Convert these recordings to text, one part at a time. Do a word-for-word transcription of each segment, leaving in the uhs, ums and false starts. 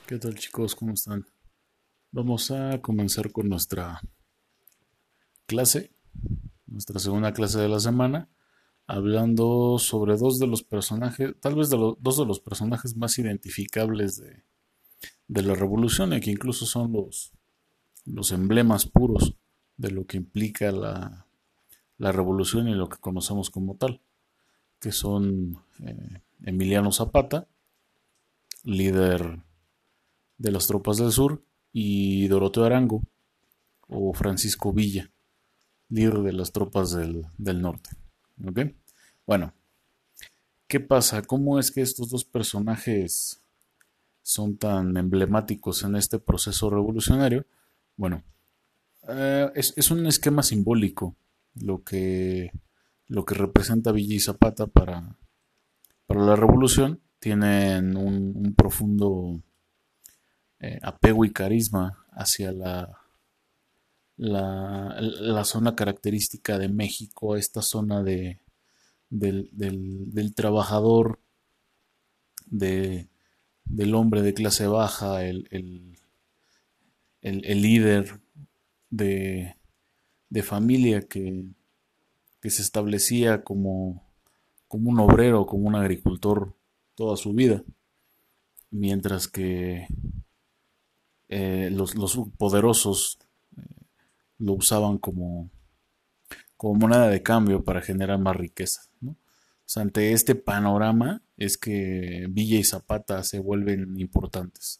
¿Qué tal, chicos? ¿Cómo están? Vamos a comenzar con nuestra clase, nuestra segunda clase de la semana, hablando sobre dos de los personajes, tal vez de los, dos de los personajes más identificables de, de la revolución y que incluso son los, los emblemas puros de lo que implica la, la revolución y lo que conocemos como tal, que son eh, Emiliano Zapata, líder de las tropas del sur, y Doroteo Arango o Francisco Villa, líder de las tropas del, del norte. ¿Ok? Bueno, ¿qué pasa? ¿Cómo es que estos dos personajes son tan emblemáticos en este proceso revolucionario? Bueno, eh, es, es, un esquema simbólico lo que, lo que representa Villa y Zapata para, para la revolución. Tienen un, un profundo eh, apego y carisma hacia la, la, la, zona característica de México, esta zona de, del, del, del trabajador, de, del hombre de clase baja, el, el, el, el líder de, de familia que, que, se establecía como, como un obrero, como un agricultor toda su vida, mientras que eh, los, los, poderosos eh, lo usaban como, como moneda de cambio para generar más riqueza, ¿no? O sea, ante este panorama es que Villa y Zapata se vuelven importantes.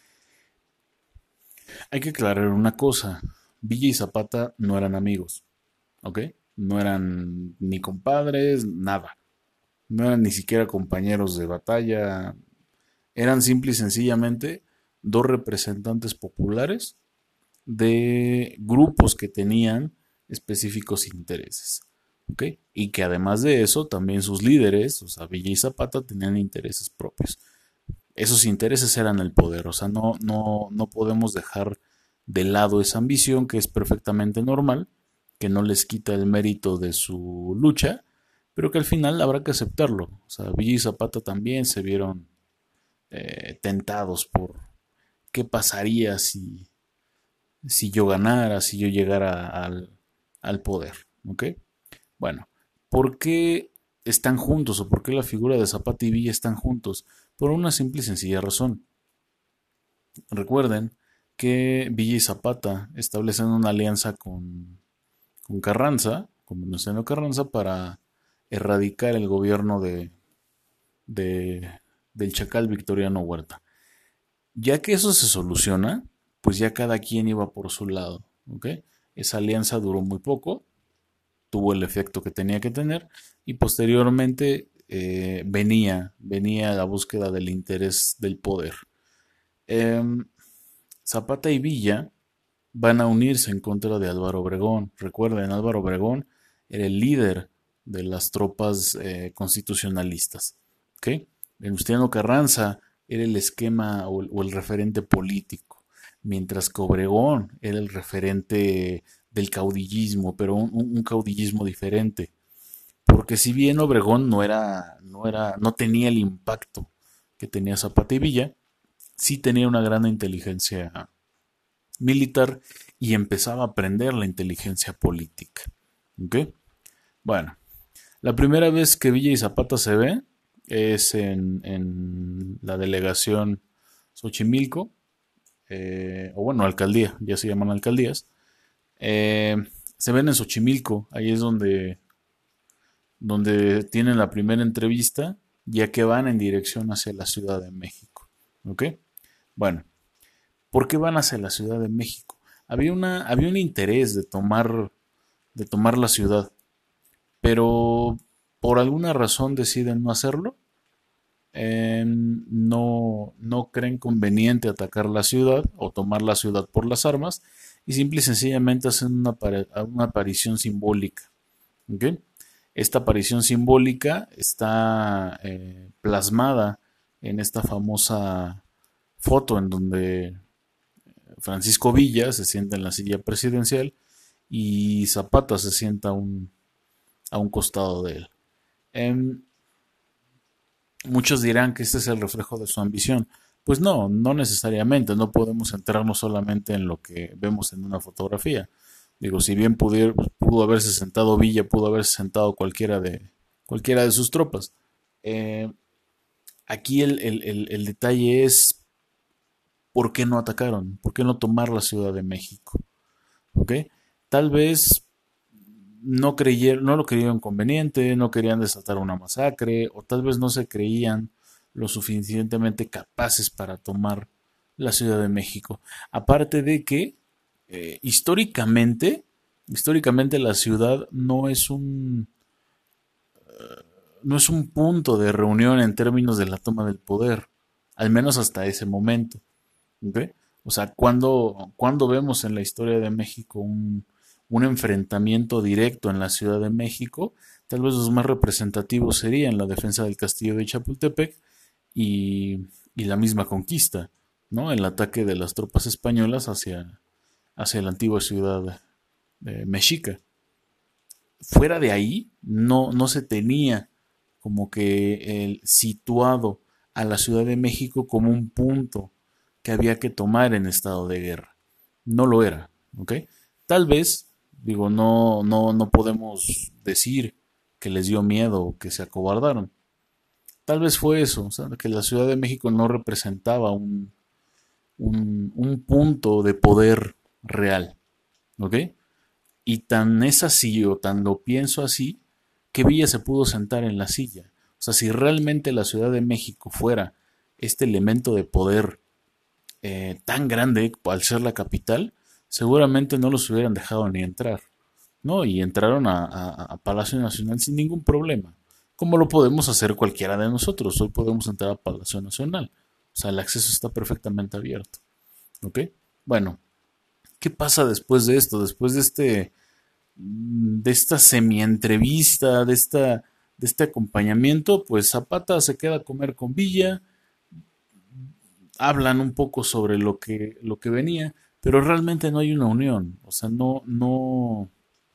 Hay que aclarar una cosa, Villa y Zapata no eran amigos, ¿ok? No eran ni compadres, nada. No eran ni siquiera compañeros de batalla. Eran simple y sencillamente dos representantes populares de grupos que tenían específicos intereses. ¿Ok? Y que además de eso, también sus líderes, o sea, Villa y Zapata, tenían intereses propios. Esos intereses eran el poder, o sea, no, no, no podemos dejar de lado esa ambición que es perfectamente normal, que no les quita el mérito de su lucha, pero que al final habrá que aceptarlo. O sea, Villa y Zapata también se vieron eh, tentados por qué pasaría si, si yo ganara, si yo llegara al, al poder. ¿Ok? Bueno, ¿por qué están juntos o por qué la figura de Zapata y Villa están juntos? Por una simple y sencilla razón. Recuerden que Villa y Zapata establecen una alianza con, con Carranza, con Venustiano Carranza, para erradicar el gobierno de, de, del chacal Victoriano Huerta. Ya que eso se soluciona, pues ya cada quien iba por su lado. ¿Ok? Esa alianza duró muy poco, tuvo el efecto que tenía que tener y posteriormente eh, venía, venía la búsqueda del interés del poder. Eh, Zapata y Villa van a unirse en contra de Álvaro Obregón. Recuerden, Álvaro Obregón era el líder de las tropas eh, constitucionalistas. ¿Okay? Venustiano Carranza era el esquema o el, o el referente político, mientras que Obregón era el referente del caudillismo, pero un, un caudillismo diferente. Porque si bien Obregón no era, no era, no tenía el impacto que tenía Zapata y Villa, sí tenía una gran inteligencia militar y empezaba a aprender la inteligencia política. ¿Ok? Bueno, la primera vez que Villa y Zapata se ven es en, en la delegación Xochimilco, eh, o bueno, alcaldía, ya se llaman alcaldías. Eh, Se ven en Xochimilco, ahí es donde, donde tienen la primera entrevista, ya que van en dirección hacia la Ciudad de México. ¿Ok? Bueno, ¿por qué van hacia la Ciudad de México? Había, una, había un interés de tomar, de tomar la ciudad, pero por alguna razón deciden no hacerlo. Eh, no, no creen conveniente atacar la ciudad o tomar la ciudad por las armas y simple y sencillamente hacen una, una aparición simbólica. ¿Okay? Esta aparición simbólica está eh, plasmada en esta famosa foto en donde Francisco Villa se sienta en la silla presidencial y Zapata se sienta a un, a un costado de él. Eh, Muchos dirán que este es el reflejo de su ambición, Pues no, no necesariamente, no podemos centrarnos solamente en lo que vemos en una fotografía. Digo, si bien pudiera, pudo haberse sentado Villa, pudo haberse sentado cualquiera de, cualquiera de sus tropas. Eh, Aquí el, el- el- el detalle es por qué no atacaron, por qué no tomar la Ciudad de México. ¿Ok? Tal vez no creyeron, no lo creyeron conveniente, no querían desatar una masacre, o tal vez no se creían lo suficientemente capaces para tomar la Ciudad de México. Aparte de que eh, históricamente, históricamente la ciudad no es un no es un punto de reunión en términos de la toma del poder, al menos hasta ese momento. ¿Ok? O sea, cuando, cuando vemos en la historia de México un, un enfrentamiento directo en la Ciudad de México, tal vez los más representativos serían la defensa del castillo de Chapultepec y, y la misma conquista, ¿no? El ataque de las tropas españolas hacia, hacia la antigua ciudad eh, mexica. Fuera de ahí, no, no se tenía como que el situado a la Ciudad de México como un punto que había que tomar en estado de guerra. No lo era, ¿ok? Tal vez, digo, no, no, no podemos decir que les dio miedo o que se acobardaron. Tal vez fue eso, o sea, que la Ciudad de México no representaba un, un, un punto de poder real, ¿ok? Y tan es así o tan lo pienso así que Villa se pudo sentar en la silla. O sea, si realmente la Ciudad de México fuera este elemento de poder eh, tan grande al ser la capital, seguramente no los hubieran dejado ni entrar, ¿no? Y entraron a, a, a Palacio Nacional sin ningún problema, como lo podemos hacer cualquiera de nosotros. Hoy podemos entrar a Palacio Nacional. O sea, el acceso está perfectamente abierto, ¿ok? Bueno, ¿qué pasa después de esto? Después de este de esta semi-entrevista, de, esta, de este acompañamiento, pues Zapata se queda a comer con Villa, hablan un poco sobre lo que, lo que venía, pero realmente no hay una unión, o sea, no, no,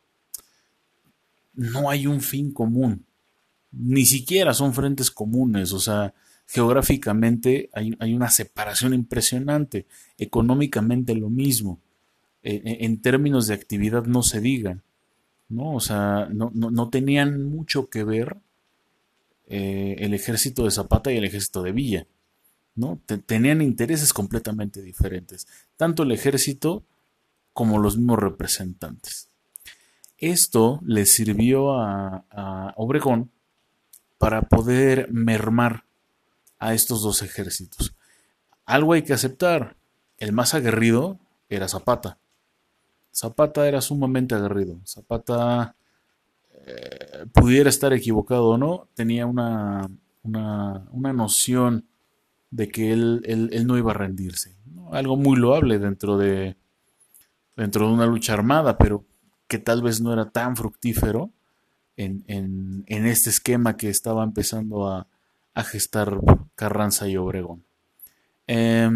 no hay un fin común, ni siquiera son frentes comunes, o sea, geográficamente hay, hay una separación impresionante, económicamente lo mismo, eh, en términos de actividad no se diga. ¿No? O sea, no, no, no tenían mucho que ver eh, el ejército de Zapata y el ejército de Villa, ¿no? Te- tenían intereses completamente diferentes, tanto el ejército como los mismos representantes. Esto le sirvió a, a Obregón para poder mermar a estos dos ejércitos. Algo hay que aceptar, el más aguerrido era Zapata. Zapata era sumamente aguerrido. Zapata pudiera estar equivocado o no, tenía una, una, una noción de que él, él, él no iba a rendirse, ¿no? Algo muy loable dentro de, dentro de una lucha armada, pero que tal vez no era tan fructífero en, en, en este esquema que estaba empezando a, a gestar Carranza y Obregón. Eh,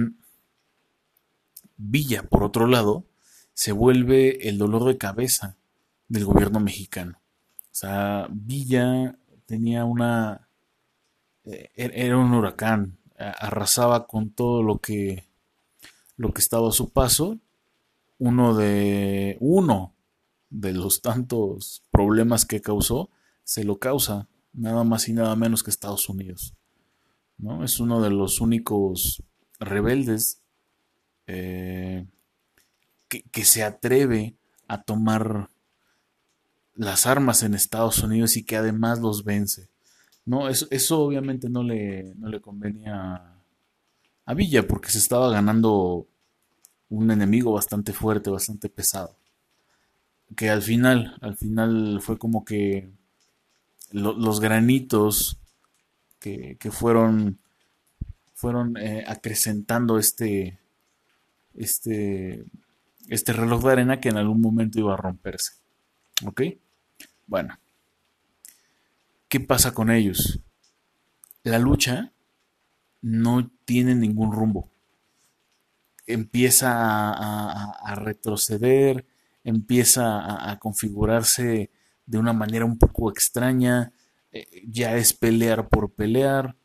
Villa, por otro lado, se vuelve el dolor de cabeza del gobierno mexicano. O sea, Villa tenía una, eh, era un huracán, arrasaba con todo lo que, lo que estaba a su paso. Uno de, uno de los tantos problemas que causó, se lo causa nada más y nada menos que Estados Unidos, ¿no? Es uno de los únicos rebeldes eh, que, que se atreve a tomar las armas en Estados Unidos y que además los vence. No, eso, eso obviamente no le, no le convenía a Villa porque se estaba ganando un enemigo bastante fuerte, bastante pesado. Que al final, al final fue como que lo- los granitos que, que fueron, fueron eh, acrecentando este, este, este reloj de arena que en algún momento iba a romperse. ¿Ok? Bueno, ¿qué pasa con ellos? La lucha no tiene ningún rumbo. Empieza a, a- a retroceder, empieza a, a configurarse de una manera un poco extraña, eh, ya es pelear por pelear,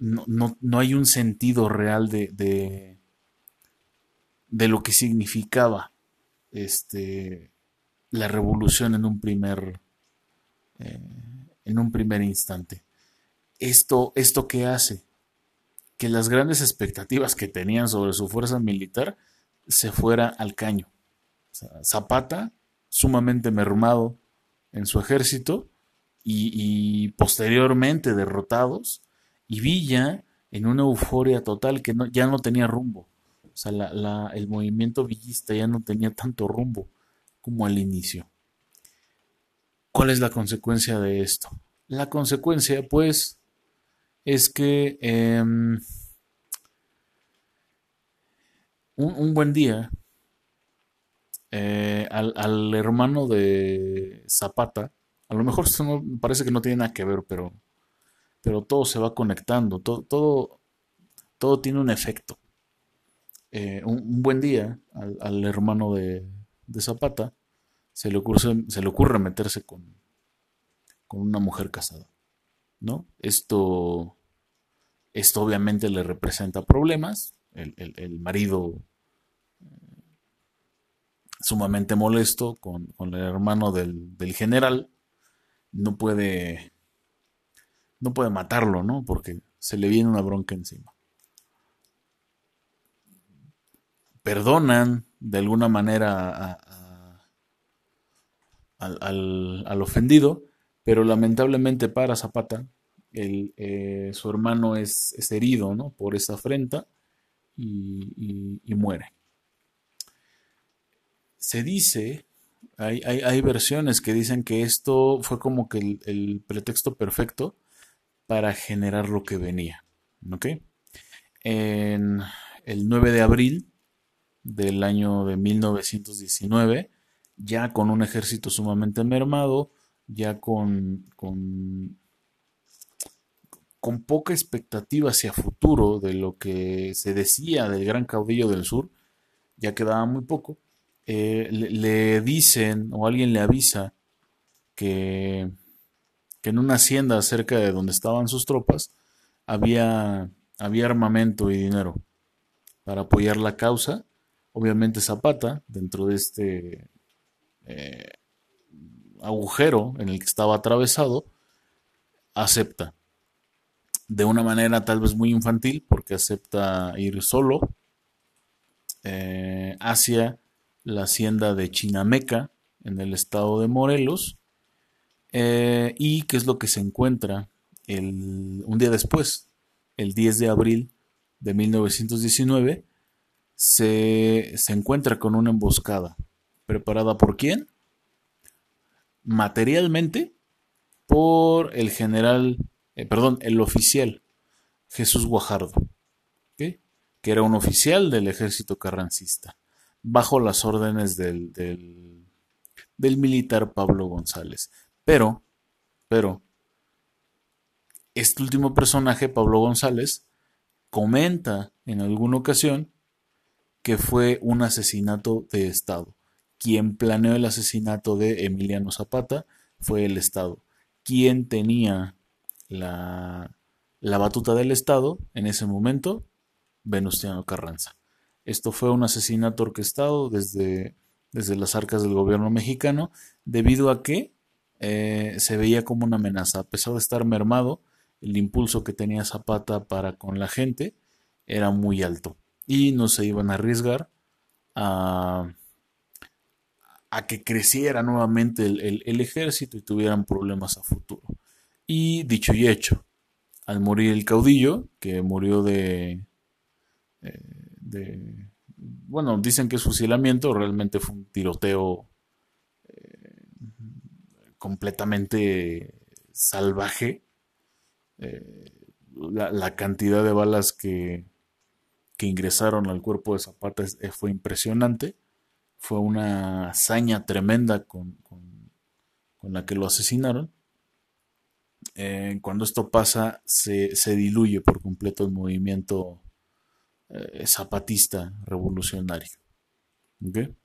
no, no, no hay un sentido real de, de, de lo que significaba este, la revolución en un primer, eh, en un primer instante. Esto, esto que hace que las grandes expectativas que tenían sobre su fuerza militar se fuera al caño. O sea, Zapata, sumamente mermado en su ejército y, y posteriormente derrotados, y Villa en una euforia total que no, ya no tenía rumbo. O sea, la, la, el movimiento villista ya no tenía tanto rumbo como al inicio. ¿Cuál es la consecuencia de esto? La consecuencia, pues, es que eh, un, un, buen día eh, al, al, hermano de Zapata, a lo mejor esto no, parece que no tiene nada que ver, pero, pero todo se va conectando, todo, todo, todo tiene un efecto. Eh, un, un, buen día al, al hermano de, de, Zapata se le ocurre, se le ocurre meterse con, con una mujer casada, ¿no? Esto, esto obviamente le representa problemas, el, el, el marido sumamente molesto con, con el hermano del, del, general, no puede, no puede matarlo, ¿no? Porque se le viene una bronca encima. Perdonan de alguna manera a, a, al, al, al, ofendido, pero lamentablemente para Zapata, el, eh, su hermano es, es, herido, ¿no? Por esa afrenta y, y, y muere. Se dice, hay, hay, hay, versiones que dicen que esto fue como que el, el pretexto perfecto para generar lo que venía. ¿Ok? En el nueve de abril del año de mil novecientos diecinueve, ya con un ejército sumamente mermado, ya con, con, con poca expectativa hacia futuro de lo que se decía del gran caudillo del sur, ya quedaba muy poco, eh, le, le dicen o alguien le avisa que, que en una hacienda cerca de donde estaban sus tropas había, había armamento y dinero para apoyar la causa. Obviamente Zapata, dentro de este eh, agujero en el que estaba atravesado, acepta. De una manera tal vez muy infantil, porque acepta ir solo eh, hacia la hacienda de Chinameca, en el estado de Morelos. Eh, y qué es lo que se encuentra el, un día después, el diez de abril de mil novecientos diecinueve, se, se encuentra con una emboscada. ¿Preparada por quién? Materialmente por el general, eh, perdón, el oficial Jesús Guajardo, ¿okay? Que era un oficial del ejército carrancista, bajo las órdenes del, del, del militar Pablo González. Pero, pero, este último personaje, Pablo González, comenta en alguna ocasión que fue un asesinato de Estado. Quien planeó el asesinato de Emiliano Zapata fue el Estado. Quien tenía la, la batuta del Estado en ese momento, Venustiano Carranza. Esto fue un asesinato orquestado desde, desde las arcas del gobierno mexicano, debido a que eh, se veía como una amenaza. A pesar de estar mermado, el impulso que tenía Zapata para con la gente era muy alto y no se iban a arriesgar a, a que creciera nuevamente el, el, el ejército y tuvieran problemas a futuro. Y dicho y hecho, al morir el caudillo, que murió de, eh, de bueno, dicen que es fusilamiento, realmente fue un tiroteo eh, completamente salvaje. Eh, la, la, cantidad de balas que, que ingresaron al cuerpo de Zapata es, fue impresionante. Fue una hazaña tremenda con, con, con la que lo asesinaron. Eh, cuando esto pasa, se, se, diluye por completo el movimiento eh, zapatista revolucionario. ¿Okay?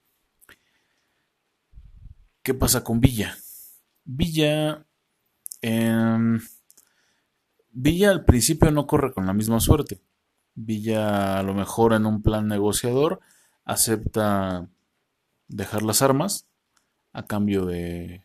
¿Qué pasa con Villa? Villa, eh, Villa al principio no corre con la misma suerte. Villa a lo mejor en un plan negociador acepta dejar las armas a cambio de,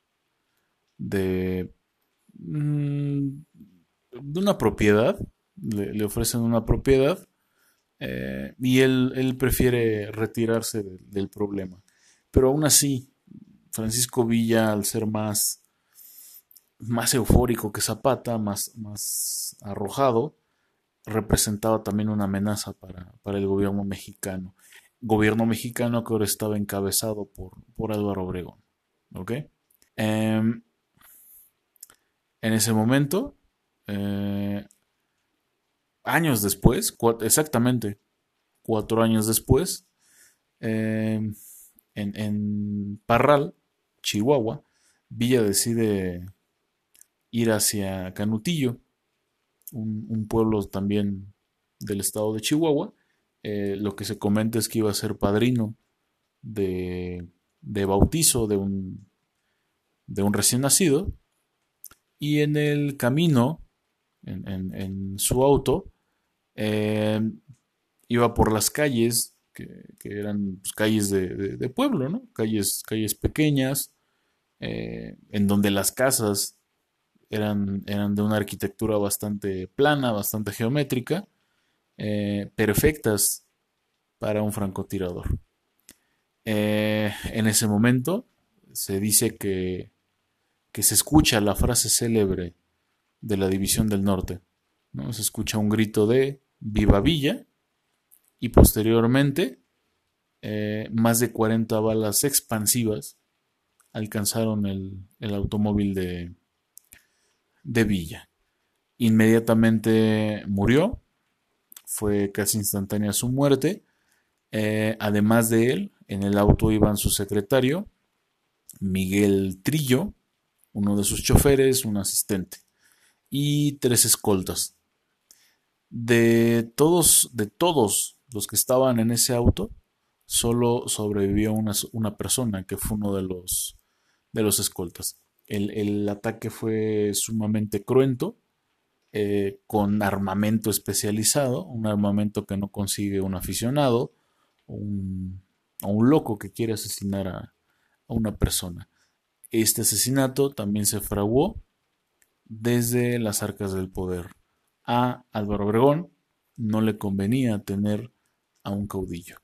de, mm, de una propiedad. Le, le ofrecen una propiedad eh, y él, él prefiere retirarse de- del problema. Pero aún así, Francisco Villa, al ser más, más eufórico que Zapata, más, más arrojado, representaba también una amenaza para, para el gobierno mexicano. Gobierno mexicano que ahora estaba encabezado por, por Álvaro Obregón. ¿Ok? Em, en ese momento, eh, años después, cua- exactamente cuatro años después, em, en, en Parral, Chihuahua, Villa decide ir hacia Canutillo, un, un pueblo también del estado de Chihuahua. Eh, lo que se comenta es que iba a ser padrino de, de bautizo de un, de un recién nacido. Y en el camino, en, en- en su auto, eh, iba por las calles, que, que eran pues, calles de, de- de pueblo, ¿no? Calles, calles pequeñas, eh, en donde las casas eran, eran de una arquitectura bastante plana, bastante geométrica, eh, perfectas para un francotirador. Eh, en ese momento se dice que, que se escucha la frase célebre de la División del Norte, ¿no? Se escucha un grito de Viva Villa y posteriormente eh, más de cuarenta balas expansivas alcanzaron el, el automóvil de, de Villa. Inmediatamente murió, fue casi instantánea su muerte. Eh, además de él, en el auto iban su secretario, Miguel Trillo, uno de sus choferes, un asistente, y tres escoltas. De todos, de todos los que estaban en ese auto, solo sobrevivió una, una persona, que fue uno de los, de los escoltas. El, el ataque fue sumamente cruento, eh, con armamento especializado, un armamento que no consigue un aficionado o un, o un loco que quiere asesinar a, a una persona. Este asesinato también se fraguó desde las arcas del poder. A Álvaro Obregón no le convenía tener a un caudillo.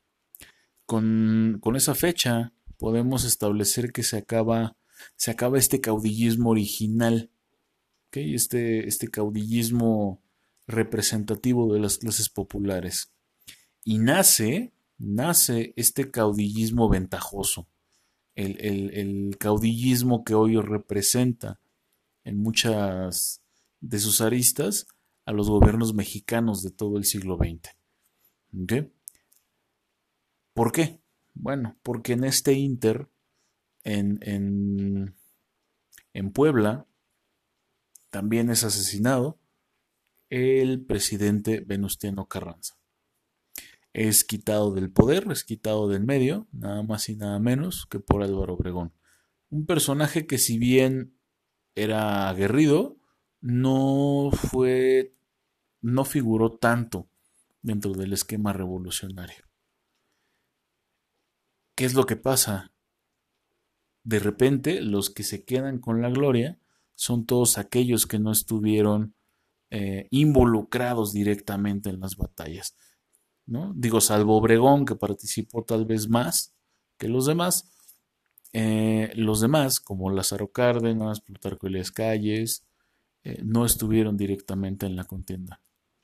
Con, con esa fecha podemos establecer que se acaba, se acaba este caudillismo original, ¿okay? este, este caudillismo representativo de las clases populares. Y nace, nace este caudillismo ventajoso, el, el, el caudillismo que hoy representa en muchas de sus aristas a los gobiernos mexicanos de todo el siglo veinte. ¿Okay? ¿Por qué? Bueno, porque en este inter, en, en, en Puebla, también es asesinado el presidente Venustiano Carranza. Es quitado del poder, es quitado del medio, nada más y nada menos que por Álvaro Obregón. Un personaje que si bien era aguerrido, no fue, no figuró tanto dentro del esquema revolucionario. ¿Qué es lo que pasa? De repente, los que se quedan con la gloria son todos aquellos que no estuvieron eh, involucrados directamente en las batallas, ¿no? Digo, salvo Obregón, que participó tal vez más que los demás. Eh, los demás, como Lázaro Cárdenas, Plutarco Elías Calles, eh, no estuvieron directamente en la contienda.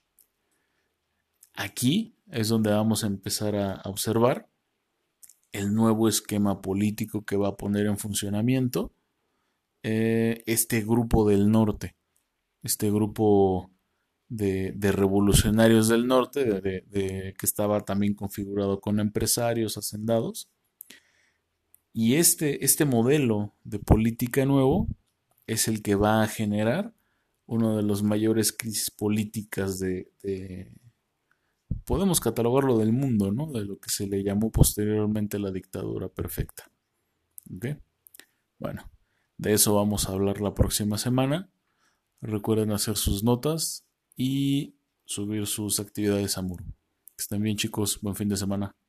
Aquí es donde vamos a empezar a, a observar el nuevo esquema político que va a poner en funcionamiento eh, este grupo del norte, este grupo de, de revolucionarios del norte, de, de, de, que estaba también configurado con empresarios, hacendados. Y este, este modelo de política nuevo es el que va a generar una de las mayores crisis políticas de, de, podemos catalogarlo del mundo, ¿no? De lo que se le llamó posteriormente la dictadura perfecta. ¿Okay? Bueno, de eso vamos a hablar la próxima semana. Recuerden hacer sus notas y subir sus actividades a Muro. Que estén bien, chicos. Buen fin de semana.